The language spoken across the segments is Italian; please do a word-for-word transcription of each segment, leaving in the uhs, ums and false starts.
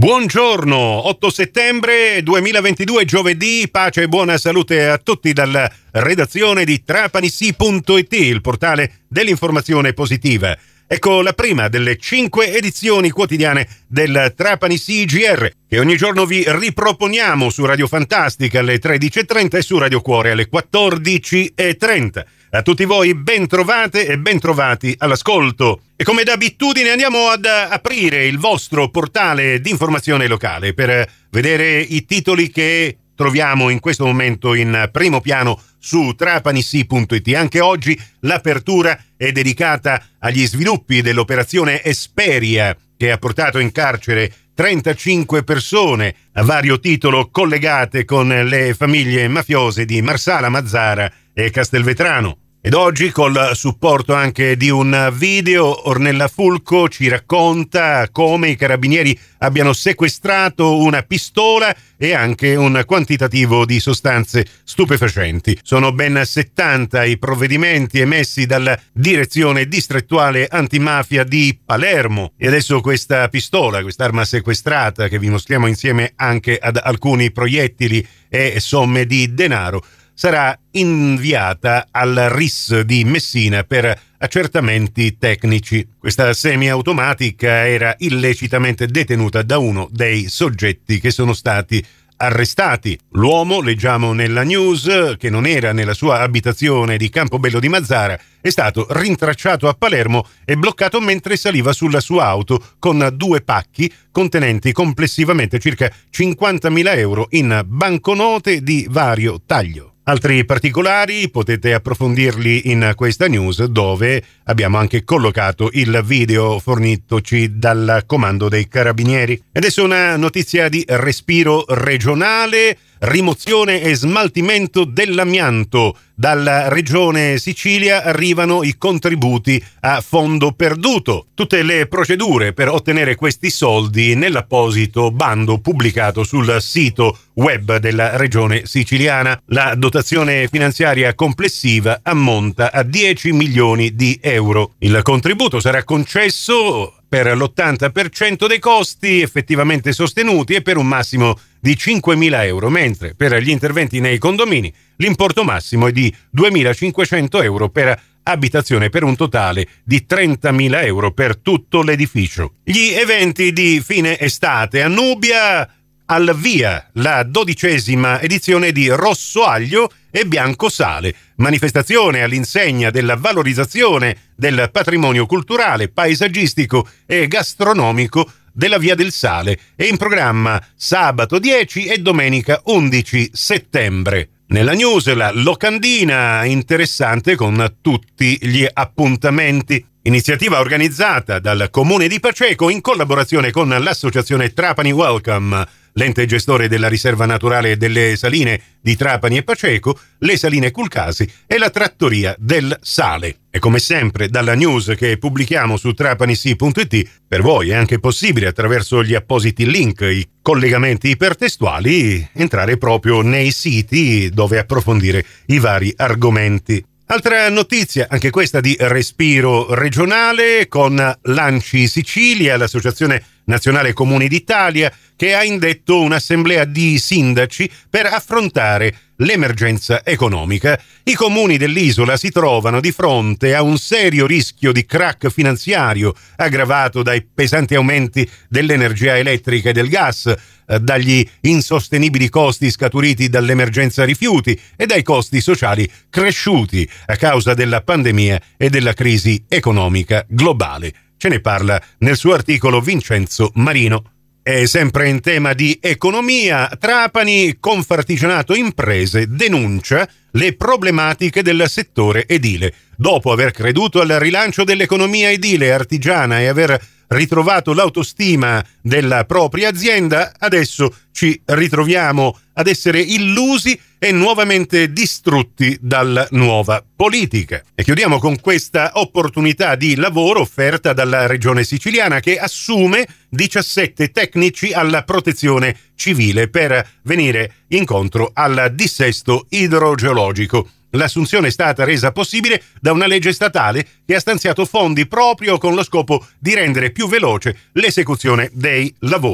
Buongiorno, otto settembre duemilaventidue, giovedì, pace e buona salute a tutti dalla redazione di Trapanisi punto it, il portale dell'informazione positiva. Ecco la prima delle cinque edizioni quotidiane del Trapanisi G R, che ogni giorno vi riproponiamo su Radio Fantastica alle tredici e trenta e su Radio Cuore alle quattordici e trenta. A tutti voi ben trovate e ben trovati all'ascolto. E come d'abitudine andiamo ad aprire il vostro portale di informazione locale per vedere i titoli che troviamo in questo momento in primo piano su Trapanisi punto it. Anche oggi l'apertura è dedicata agli sviluppi dell'operazione Esperia, che ha portato in carcere trentacinque persone a vario titolo collegate con le famiglie mafiose di Marsala, Mazara e Castelvetrano. Ed oggi, col supporto anche di un video, Ornella Fulco ci racconta come i carabinieri abbiano sequestrato una pistola e anche un quantitativo di sostanze stupefacenti. Sono ben settanta i provvedimenti emessi dalla Direzione Distrettuale Antimafia di Palermo. E adesso questa pistola, quest'arma sequestrata, che vi mostriamo insieme anche ad alcuni proiettili e somme di denaro, sarà inviata al R I S di Messina per accertamenti tecnici. Questa semiautomatica era illecitamente detenuta da uno dei soggetti che sono stati arrestati. L'uomo, leggiamo nella news, che non era nella sua abitazione di Campobello di Mazara, è stato rintracciato a Palermo e bloccato mentre saliva sulla sua auto con due pacchi contenenti complessivamente circa cinquantamila euro in banconote di vario taglio. Altri particolari potete approfondirli in questa news, dove abbiamo anche collocato il video fornitoci dal comando dei carabinieri. Adesso una notizia di respiro regionale: rimozione e smaltimento dell'amianto. Dalla regione Sicilia arrivano i contributi a fondo perduto. Tutte le procedure per ottenere questi soldi nell'apposito bando pubblicato sul sito web della regione siciliana. La dotazione finanziaria complessiva ammonta a dieci milioni di euro. Il contributo sarà concesso per l'ottanta per cento dei costi effettivamente sostenuti e per un massimo di cinquemila euro, mentre per gli interventi nei condomini l'importo massimo è di duemilacinquecento euro per abitazione, per un totale di trentamila euro per tutto l'edificio. Gli eventi di fine estate a Nubia: al via la dodicesima edizione di Rosso Aglio e Bianco Sale, manifestazione all'insegna della valorizzazione del patrimonio culturale, paesaggistico e gastronomico della Via del Sale, è in programma sabato dieci e domenica undici settembre. Nella news la locandina interessante con tutti gli appuntamenti. Iniziativa organizzata dal Comune di Paceco in collaborazione con l'associazione Trapani Welcome, l'ente gestore della riserva naturale delle saline di Trapani e Paceco, le saline Culcasi e la trattoria del Sale. E come sempre dalla news che pubblichiamo su Trapanisi punto it, per voi è anche possibile, attraverso gli appositi link, i collegamenti ipertestuali, entrare proprio nei siti dove approfondire i vari argomenti. Altra notizia, anche questa di respiro regionale, con l'Anci Sicilia, l'Associazione Nazionale Comuni d'Italia, che ha indetto un'assemblea di sindaci per affrontare l'emergenza economica. I comuni dell'isola si trovano di fronte a un serio rischio di crack finanziario aggravato dai pesanti aumenti dell'energia elettrica e del gas, dagli insostenibili costi scaturiti dall'emergenza rifiuti e dai costi sociali cresciuti a causa della pandemia e della crisi economica globale. Ce ne parla nel suo articolo Vincenzo Marino. E sempre in tema di economia, Trapani Confartigianato Imprese denuncia le problematiche del settore edile. Dopo aver creduto al rilancio dell'economia edile artigiana e aver ritrovato l'autostima della propria azienda, adesso ci ritroviamo ad essere illusi e nuovamente distrutti dalla nuova politica. E chiudiamo con questa opportunità di lavoro offerta dalla regione siciliana, che assume diciassette tecnici alla protezione civile per venire incontro al dissesto idrogeologico. L'assunzione è stata resa possibile da una legge statale che ha stanziato fondi proprio con lo scopo di rendere più veloce l'esecuzione dei lavori.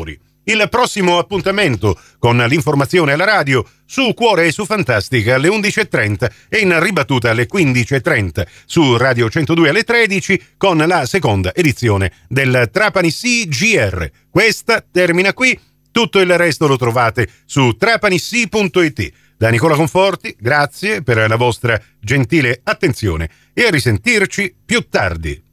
Il prossimo appuntamento con l'informazione alla radio su Cuore e su Fantastica alle undici e trenta e in ribattuta alle quindici e trenta su Radio centodue alle tredici con la seconda edizione del Trapani C G R. Questa termina qui, tutto il resto lo trovate su trapanissi punto it. Da Nicola Conforti, grazie per la vostra gentile attenzione e a risentirci più tardi.